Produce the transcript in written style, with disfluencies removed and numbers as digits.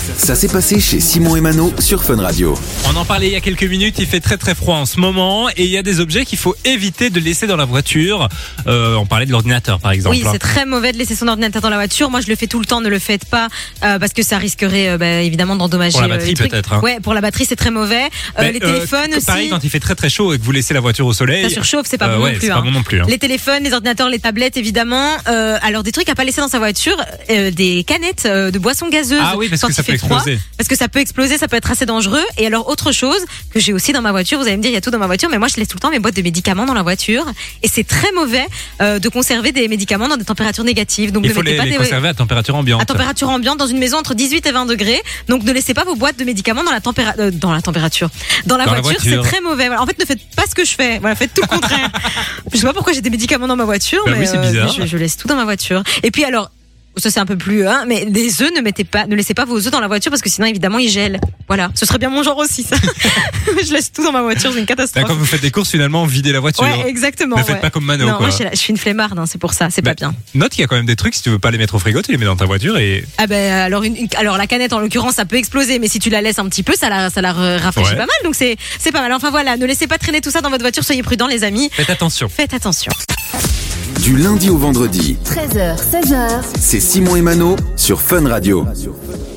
Ça s'est passé chez Simon et Mano sur Fun Radio. On en parlait il y a quelques minutes, il fait très très froid en ce moment et il y a des objets qu'il faut éviter de laisser dans la voiture. On parlait de l'ordinateur par exemple. Oui, c'est très mauvais de laisser son ordinateur dans la voiture. Moi, je le fais tout le temps, ne le faites pas parce que ça risquerait évidemment d'endommager Pour la batterie les trucs. peut-être. Hein. Ouais, pour la batterie, c'est très mauvais. Les téléphones aussi. Pareil, quand il fait très très chaud et que vous laissez la voiture au soleil. Ça surchauffe, c'est pas bon non plus. C'est pas bon non plus. Hein. Les téléphones, les ordinateurs, les tablettes, évidemment. Alors des trucs à pas laisser dans sa voiture, des canettes de boissons gazeuses. Ah oui, parce quand que ça il peut fait froid, exploser. parce que ça peut exploser, ça peut être assez dangereux. Et alors autre chose que j'ai aussi dans ma voiture, vous allez me dire il y a tout dans ma voiture, mais moi je laisse tout le temps mes boîtes de médicaments dans la voiture. Et c'est très mauvais de conserver des médicaments dans des températures négatives. Donc il ne faut mettez pas les conserver à température ambiante. à température ambiante dans une maison entre 18 et 20 degrés. Donc ne laissez pas vos boîtes de médicaments dans la température. Dans la voiture, c'est très mauvais. Voilà. En fait, ne faites pas ce que je fais. Voilà, faites tout le contraire. Je sais pas pourquoi j'ai des médicaments dans ma voiture, mais oui, c'est bizarre. Je laisse tout dans ma voiture. Et puis alors, ça c'est un peu plus, mais des œufs, ne laissez pas vos œufs dans la voiture parce que sinon évidemment ils gèlent. Voilà, ce serait bien mon genre aussi ça. Je laisse tout dans ma voiture, c'est une catastrophe. Quand vous faites des courses, finalement, videz la voiture. Ouais, exactement. Ne faites pas comme Mano. Non, quoi. moi je suis une flemmarde, c'est pour ça, c'est pas bien. Note qu'il y a quand même des trucs, si tu veux pas les mettre au frigo, tu les mets dans ta voiture et. Ah alors la canette en l'occurrence ça peut exploser, mais si tu la laisses un petit peu, ça la rafraîchit pas mal, donc c'est pas mal. Enfin voilà, ne laissez pas traîner tout ça dans votre voiture, soyez prudents les amis. Faites attention. Faites attention. Du lundi au vendredi, 13h, 16h. c'est Simon et Mano sur Fun Radio.